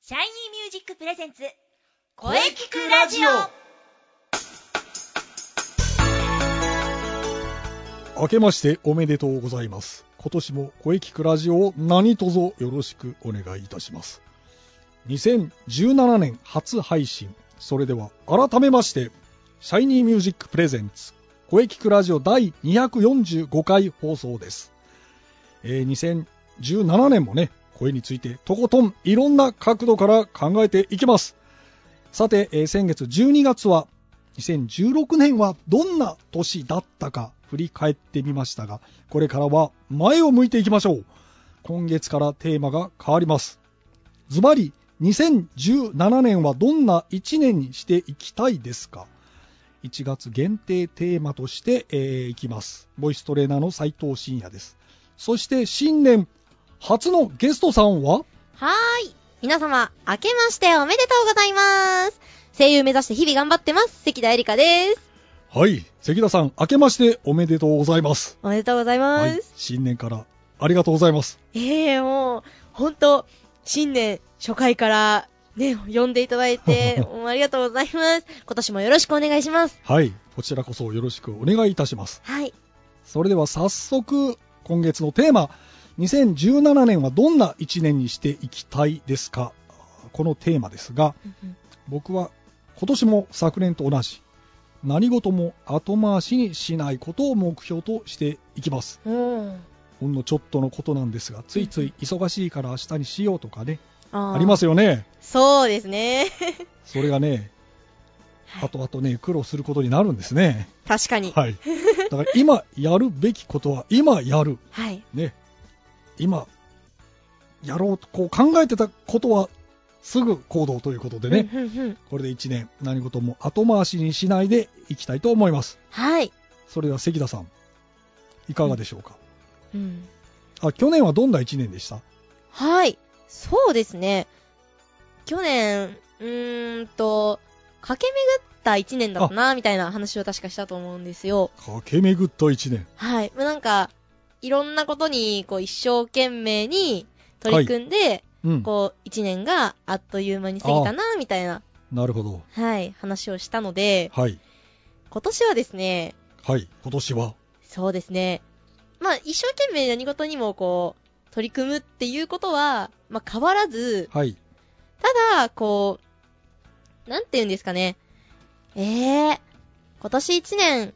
シャイニーミュージックプレゼンツ声聞くラジオ。明けましておめでとうございます。今年も声聞くラジオを何卒よろしくお願いいたします。2017年初配信。それでは改めましてシャイニーミュージックプレゼンツ声聞くラジオ第245回放送です。2017年もね、声についてとことんいろんな角度から考えていきます。さて、先月12月は2016年はどんな年だったか振り返ってみましたが、これからは前を向いていきましょう。今月からテーマが変わります。ズバリ2017年はどんな1年にしていきたいですか。1月限定テーマとして、いきます。ボイストレーナーの斉藤真也です。そして新年初のゲストさんは、 はーい、皆様明けましておめでとうございます。声優目指して日々頑張ってます、関田絵里香です。 はい、関田さん明けましておめでとうございます。 おめでとうございます、 はい、新年からありがとうございます。 もうほんと新年初回からね呼んでいただいてもうありがとうございます。今年もよろしくお願いします。 はい、こちらこそよろしくお願いいたします。 はい、 それでは早速今月のテーマ、2017年はどんな1年にしていきたいですか。このテーマですが、僕は今年も昨年と同じ何事も後回しにしないことを目標としていきます。ほんのちょっとのことなんですが、ついつい忙しいから明日にしようとかね、ありますよね。 そうですねそれがね、後々ね苦労することになるんですね。 確かに、 はい、だから今やるべきことは今やる、 はいね、今やろうとこう考えてたことはすぐ行動ということでね、これで1年何事も後回しにしないでいきたいと思います。 はい。 それでは関田さんいかがでしょうか。去年はどんな1年でした？ はい、そうですね、去年駆け巡った1年だったなみたいな話を確かしたと思うんですよ。 駆け巡った1年。 はい、なんかいろんなことにこう一生懸命に取り組んで、こう1年があっという間に過ぎたなみたいな、 なるほど、 はい、話をしたので、 はい、 今年はですね、 はい、今年はそうですね、一生懸命何事にもこう取り組むっていうことは、変わらず、 はい、 ただこうなんていうんですかね、今年1年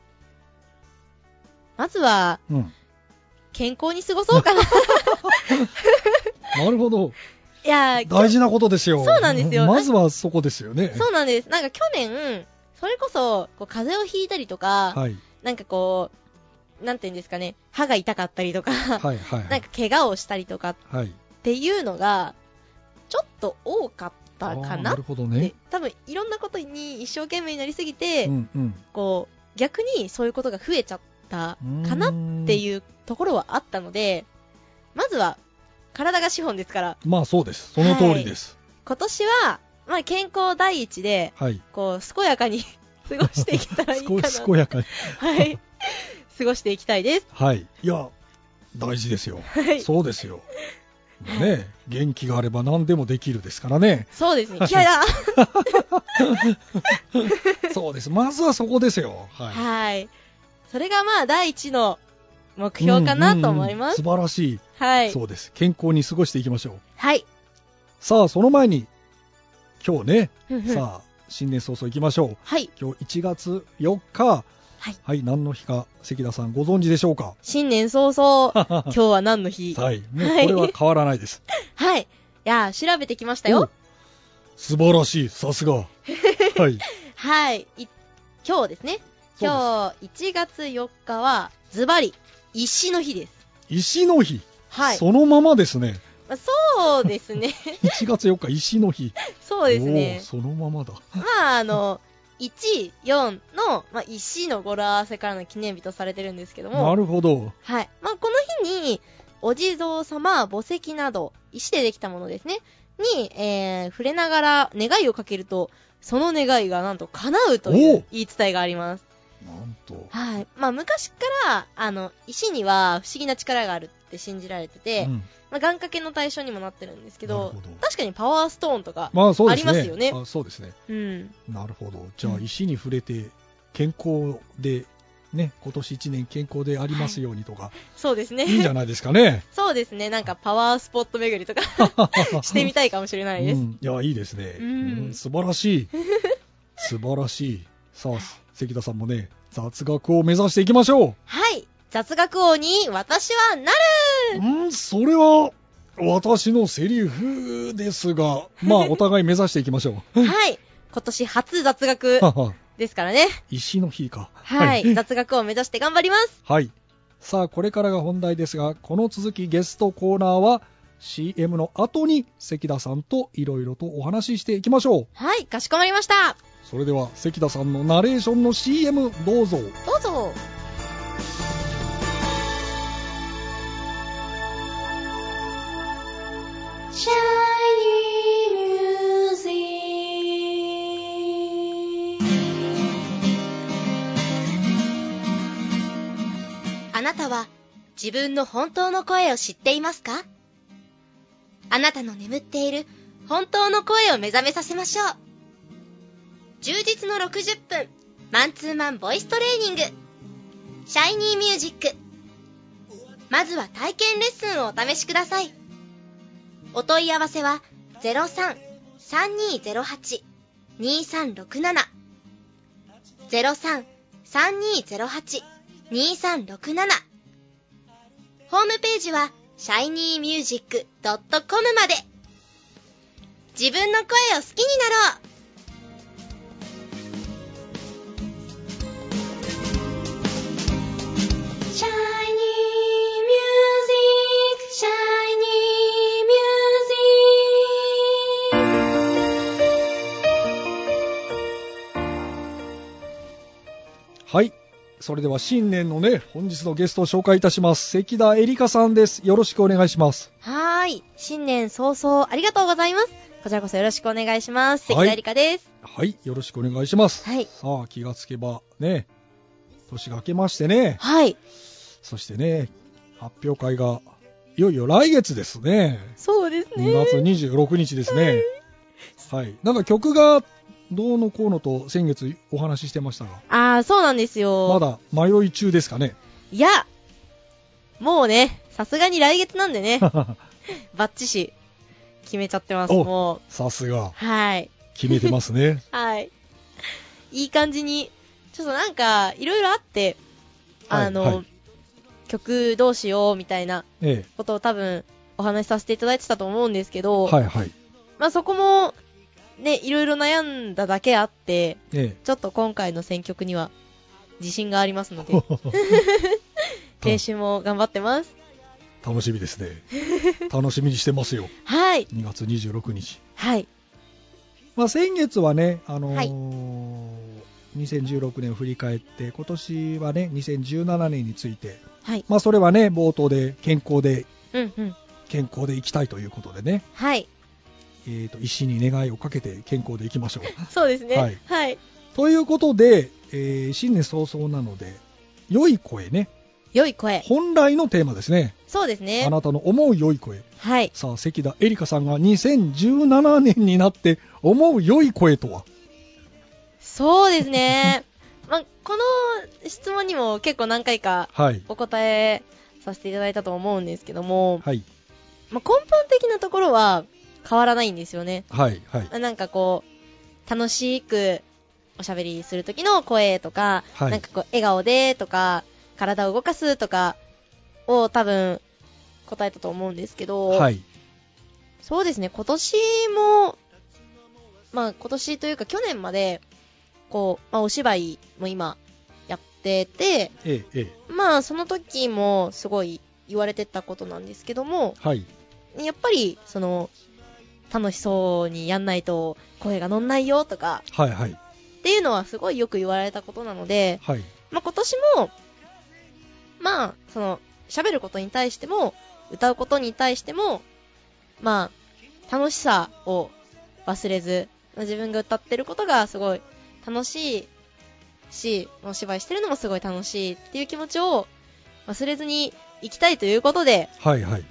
まずは、健康に過ごそうかななるほど。 いや大事なことですよ。 そうなんですよ。 まずはそこですよね。 そうなんです。なんか去年それこそこう風邪をひいたりとか、 はい、 なんかこうなんていうんですかね、歯が痛かったりとか、 はいはい、 なんか怪我をしたりとかっていうのがちょっと多かったかな。 なるほどね。 多分いろんなことに一生懸命になりすぎて、こう逆にそういうことが増えちゃったかなっていうところはあったので、まずは体が資本ですから。 そうです。その通りです。 今年は、健康第一で、こう健やかに過ごしていけたらいいかな健やかにはい、過ごしていきたいです。 はい、いや大事ですよ。そうですよ。ね、元気があれば何でもできるですからね。 そうですね。気合だ。 そうです。まずはそこですよ。 はい。それが第一の目標かなと思います。 素晴らしい。 はい。 そうです。健康に過ごしていきましょう。 はい。 さあその前に今日ね、さあ新年早々行きましょう。 はい。 今日1月4日。はい、何の日か関田さんご存知でしょうか。 新年早々今日は何の日。 はい、もうこれは変わらないです。 はい。いや調べてきましたよ。 素晴らしい、さすが。はい。 はい。今日ですね。今日1月4日はズバリ石の日です。石の日。 はい。 そのままですね。 そうですね。 1月4日石の日。 そうですね。 そのままだ。 1、4の、石の語呂合わせからの記念日とされてるんですけども。 なるほど。 はい。この日に、お地蔵様、墓石など、石でできたものですね。に、触れながら願いをかけると、その願いがなんと叶うという言い伝えがあります。 なんと。 はい。昔から、石には不思議な力があるって信じられてて、 まあ、願掛けの対象にもなってるんですけど、 なるほど確かにパワーストーンとかまあそうあですね。 りますよね。 あ、そうですね。 うん。 なるほど。じゃあ石に触れて健康でね、今年1年健康でありますようにとか、 そうですね。 いいんじゃないですかね。 そうですね。なんかパワースポット巡りとかしてみたいかもしれないです。 うん、いや、いいですね。 うん素晴らしい。素晴らしい。さあ、関田さんもね、雑学を目指していきましょはい。雑学王に私はなる。 う。それは私のセリフですが、まあお互い目指していきましょう。 はい。今年初雑学ですからね。 石の日か。 はい。雑学を目指して頑張ります。 はい。さあ、これからが本題ですが、この続きゲストコーナーは CM の後に関田さんといろいろとお話ししていきましょう。 はい。かしこまりました。 それでは関田さんのナレーションの CM どうぞ。 どうぞ。 あなたは自分の本当の声を知っていますか？あなたの眠っている本当の声を目覚めさせましょう。充実の60分マンツーマンボイストレーニング、シャイニーミュージック。まずは体験レッスンをお試しください。お問い合わせは 03-3208-2367 03-3208-2367。ホームページは shinymusic.com まで。自分の声を好きになろう。 はい。それでは新年のね、本日のゲストを紹介いたします。関田絵里香さんです。よろしくお願いします。 はーい。新年早々ありがとうございます。こちらこそよろしくお願いします。関田絵里香です。 はい。よろしくお願いします。 はい。 さあ、気がつけばね、年が明けましてね。 はい。 そしてね、発表会がいよいよ来月ですね。 そうですね。 2月26日ですね。はい。なんか曲がどうのこうのと先月お話ししてましたが。 そうなんですよ。 まだ迷い中ですかね。 いや、もうね、さすがに来月なんでね、バッチシ決めちゃってます。もう。 さすが。 はい。 決めてますね。 はい。いい感じに、ちょっとなんか、いろいろあって、はい、曲どうしようみたいなことを多分お話しさせていただいてたと思うんですけど、 はいはい。 まあそこも、ね、いろいろ悩んだだけあって、ちょっと今回の選曲には自信がありますので、練習も頑張ってます。 楽しみですね。楽しみにしてますよ。 はい。 2月26日。 はい。 まあ先月はね、2016年を振り返って、今年はね、2017年について、 はい。 まあそれはね、冒頭で健康で、健康でいきたいということでね。 はい。 石に願いをかけて健康でいきましょう。 そうですね。 はい。 はい。 ということで、新年早々なので、良い声ね。 良い声。 本来のテーマですね。 そうですね。 あなたの思う良い声。 はい。 さあ、関田絵里香さんが2017年になって思う良い声とは？ そうですね。まあ、この質問にも結構何回かお答えさせていただいたと思うんですけども、 はい。 まあ、根本的なところは変わらないんですよね。 はいはい。 なんかこう楽しくおしゃべりする時の声とか、はい、なんかこう笑顔でとか体を動かすとかを多分答えたと思うんですけど、はい。そうですね。今年もまあ今年というか去年までこう、まあ、お芝居も今やってて、まあその時もすごい言われてたことなんですけども、はい。やっぱりその楽しそうにやんないと声が乗んないよとか、はいはい。っていうのはすごいよく言われたことなので、はい。まあ今年も、まあその喋ることに対しても、歌うことに対しても、まあ楽しさを忘れず、自分が歌ってることがすごい楽しいし、お芝居してるのもすごい楽しいっていう気持ちを忘れずに行きたいということで、はいはい。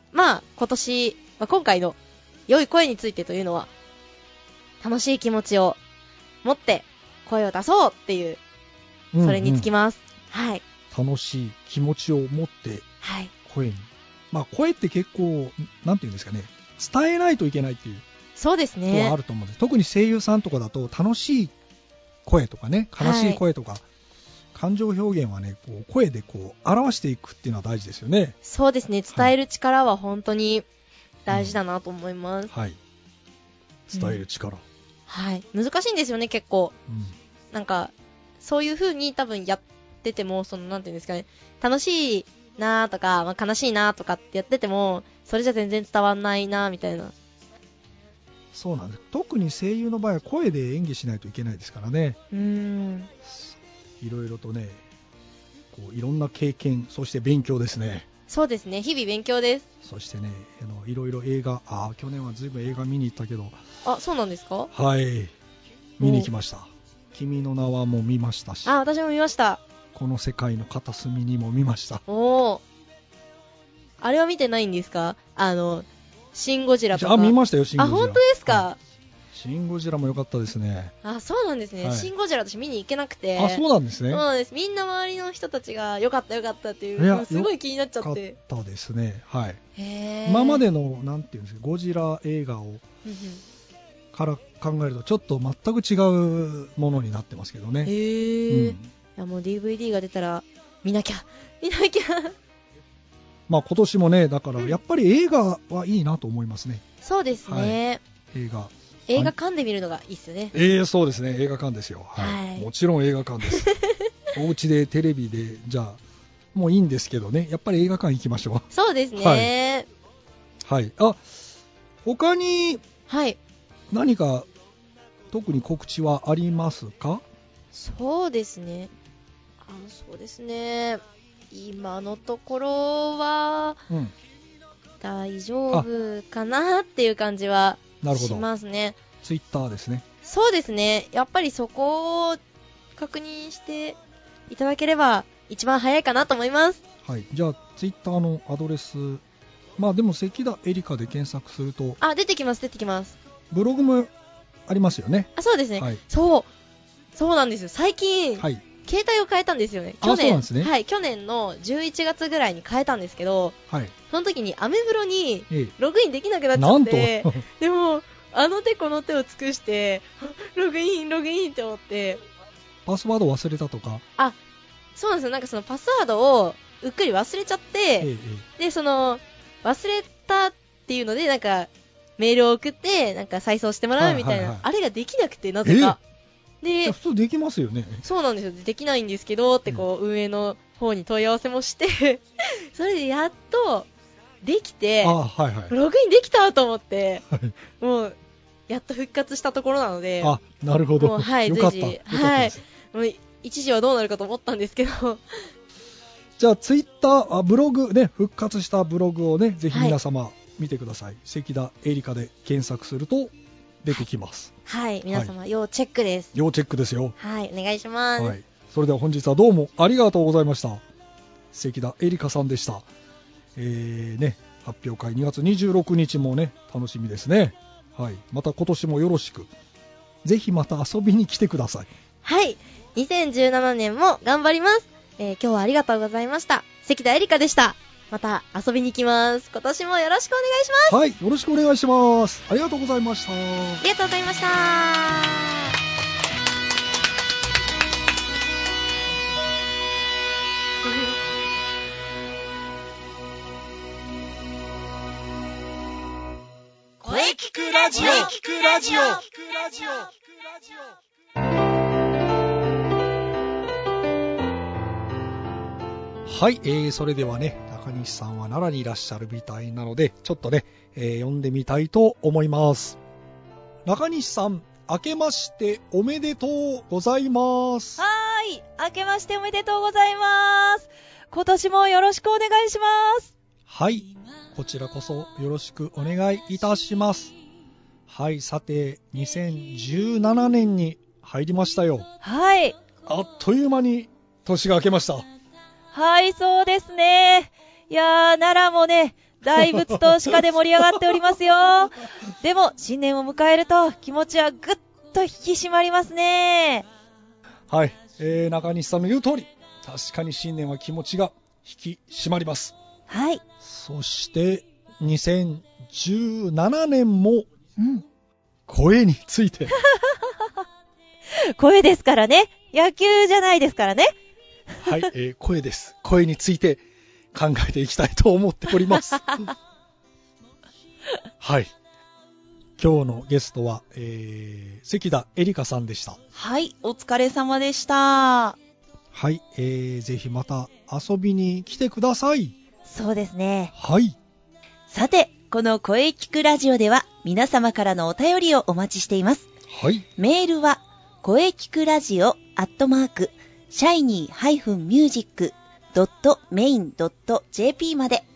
まあ今年、今回の良い声についてというのは、楽しい気持ちを持って声を出そうっていう、それにつきます。はい。 楽しい気持ちを持って声に。まあ声って結構、なんていうんですかね、伝えないといけないっていう。 そうですね。 あると思うんです。特に声優さんとかだと楽しい声とかね、悲しい声とか、感情表現はね、こう声でこう表していくっていうのは大事ですよね。 そうですね。伝える力は本当に大事だなと思います。 はい。伝える力。 はい。難しいんですよね、結構。なんか、そういう風に多分やってても、なんていうんですかね、楽しいなーとか、悲しいなーとかってやってても、それじゃ全然伝わんないなーみたいな。 そうなんです。特に声優の場合は声で演技しないといけないですからね。いろいろとね、こういろんな経験、そして勉強ですね。 そうですね、日々勉強です。 そしてね、いろいろ映画、去年はずいぶん映画見に行ったけど。 そうなんですか？ はい、見に行きました。君の名はも見ましたし。 私も見ました。 この世界の片隅にも見ました。 あれは見てないんですか？シン・ゴジラとか。 見ましたよ、シン・ゴジラ。 本当ですか？ シン・ゴジラも良かったですね。 そうなんですね。シン・ゴジラ私見に行けなくて。 そうなんですね。 そうなんです。みんな周りの人たちが良かった良かったっていう、すごい気になっちゃって。 良かったですね。はい。今までのなんていうんですか、ゴジラ映画をから考えるとちょっと全く違うものになってますけどね。 いやもう DVD が出たら見なきゃ。 まあ今年もね、だからやっぱり映画はいいなと思いますね。 そうですね。映画館で見るのがいいですよね。 そうですね、映画館ですよ。もちろん映画館です。お家でテレビでじゃあもういいんですけどね、やっぱり映画館行きましょう。 そうですね。 はい。他に何か特に告知はありますか？ そうですね。そうですね。今のところは、大丈夫かなっていう感じはしますね。 ツイッターですね。 そうですね。やっぱりそこを確認していただければ一番早いかなと思います。 はい。じゃあツイッターのアドレス、でも関田エリカで検索すると出てきます。 ブログもありますよね。 そうですね。そうなんですよ。最近、携帯を変えたんですよね。 そうなんですね。 去年の11月ぐらいに変えたんですけど、その時にアメブロにログインできなくなっちゃって、でもあの手この手を尽くしてログインって思って、 パスワード忘れたとか。 そうなんですよ。なんかそのパスワードをうっくり忘れちゃって、で忘れたっていうのでなんかメールを送ってなんか再送してもらうみたいな、あれができなくて、なぜか。 で普通できますよね。 そうなんですよ。できないんですけどって運営の方に問い合わせもしてそれでやっとできて、ログインできたと思って、もうやっと復活したところなので。 なるほど。 随時もう一時はどうなるかと思ったんですけどじゃあツイッターブログね、復活したブログをね、ぜひ皆様見てください。関田エリカで検索すると出てきます。 皆様要チェックです。 要チェックですよ。 お願いします。 それでは本日はどうもありがとうございました。関田エリカさんでした。発表会2月26日もね、楽しみですね。また今年もよろしく。ぜひまた遊びに来てください。 2017年も頑張ります。今日はありがとうございました。関田エリカでした。また遊びに来ます。今年もよろしくお願いします。 よろしくお願いします。ありがとうございました。 ありがとうございました。 声聞くラジオ。 それではね、中西さんは奈良にいらっしゃるみたいなので、ちょっとね、読んでみたいと思います。中西さん、明けましておめでとうございます。 明けましておめでとうございます。今年もよろしくお願いします。 こちらこそよろしくお願いいたします。さて、2017年に入りましたよ。あっという間に年が明けました。 そうですね。いやー、奈良もね、 大仏と鹿で盛り上がっておりますよ。でも、新年を迎えると気持ちはぐっと引き締まりますね。 はい、中西さんの言う通り、確かに新年は気持ちが引き締まります。 はい。 そして2017年もうん。 声について声ですからね。野球じゃないですからね。 はい、声です。声について考えていきたいと思っております。はい。今日のゲストは、関田絵里香さんでした。 はい、お疲れ様でした。 はい、ぜひまた遊びに来てください。 そうですね。 はい。 さて、この声聞くラジオでは皆様からのお便りをお待ちしています。 はい。 メールは声聞くラジオ@shiny-music.main.jp まで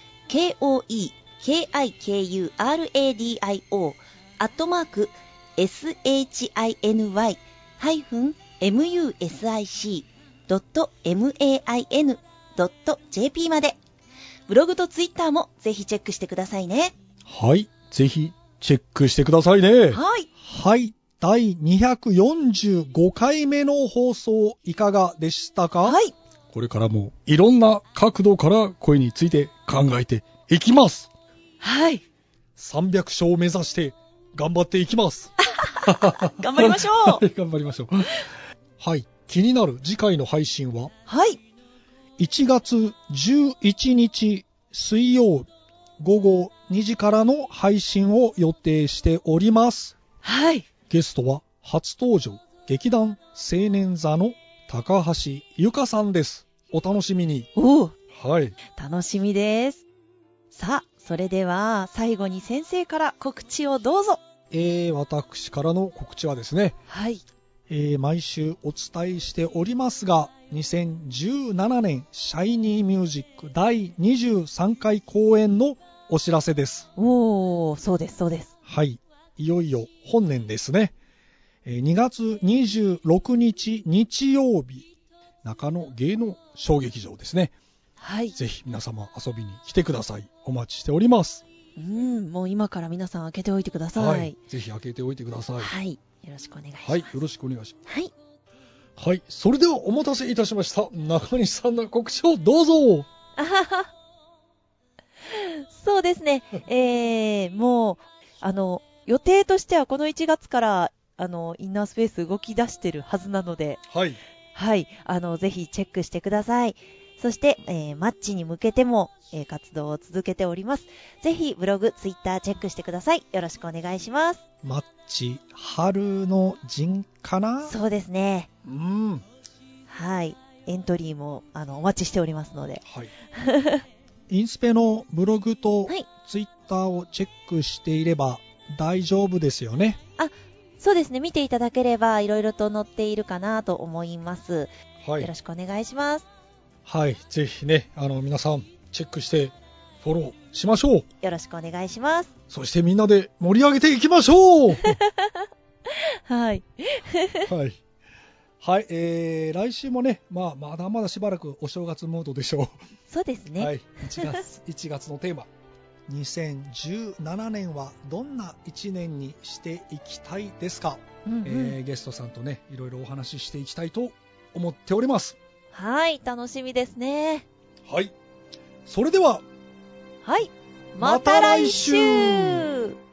KOEKIKURADIO@shiny-music.main.jp まで。ブログとツイッターもぜひチェックしてくださいね。 はい。ぜひチェックしてくださいね。 はい。 はい。第245回目の放送いかがでしたか？ はい。 これからもいろんな角度から声について考えていきます。 はい。 300勝を目指して頑張っていきます。 頑張りましょう。 はい、頑張りましょう。はい。気になる次回の配信ははい。 1月11日水曜午後2時からの配信を予定しております。 はい。 ゲストは初登場劇団青年座の高橋由香さんです。お楽しみに。 おー、 はい。 楽しみです。さあ、それでは最後に先生から告知をどうぞ。 私からの告知はですね、 はい。 毎週お伝えしておりますが、2017年シャイニーミュージック第23回公演のお知らせです。 おー、そうです、そうです。 はい。いよいよ本年ですね。2月26日日曜日、中野芸能小劇場ですね。 はい。 ぜひ皆様遊びに来てください。お待ちしております。 もう今から皆さん開けておいてください。 はい。ぜひ開けておいてください。 はい。よろしくお願いします。 はい。よろしくお願いします。 はい。 はい。それではお待たせいたしました。中西さんの告知をどうぞ。 あはは。そうですね。もう、予定としてはこの1月から、インナースペース動き出してるはずなので、 はい。 はい。ぜひチェックしてください。そして、マッチに向けても、活動を続けております。ぜひ、ブログ、ツイッターチェックしてください。よろしくお願いします。 マッチ、春の陣かな？ そうですね。 うん。 はい。エントリーも、お待ちしておりますので。 はい。インスペのブログとはいツイッターをチェックしていれば大丈夫ですよね。 そうですね。見ていただければ、いろいろと載っているかなと思います。 はい。 よろしくお願いします。 はい。ぜひね、皆さんチェックしてフォローしましょう。 よろしくお願いします。 そしてみんなで盛り上げていきましょう。 はい。 はい。はい。来週もね、まだまだしばらくお正月モードでしょそうですう。 ね。 はい。1月のテーマ。2017年はどんな1年にしていきたいですか？ゲストさんとね、いろいろお話ししていきたいと思っております。 はい、楽しみですね。 はい。それでは、 はい。 また来週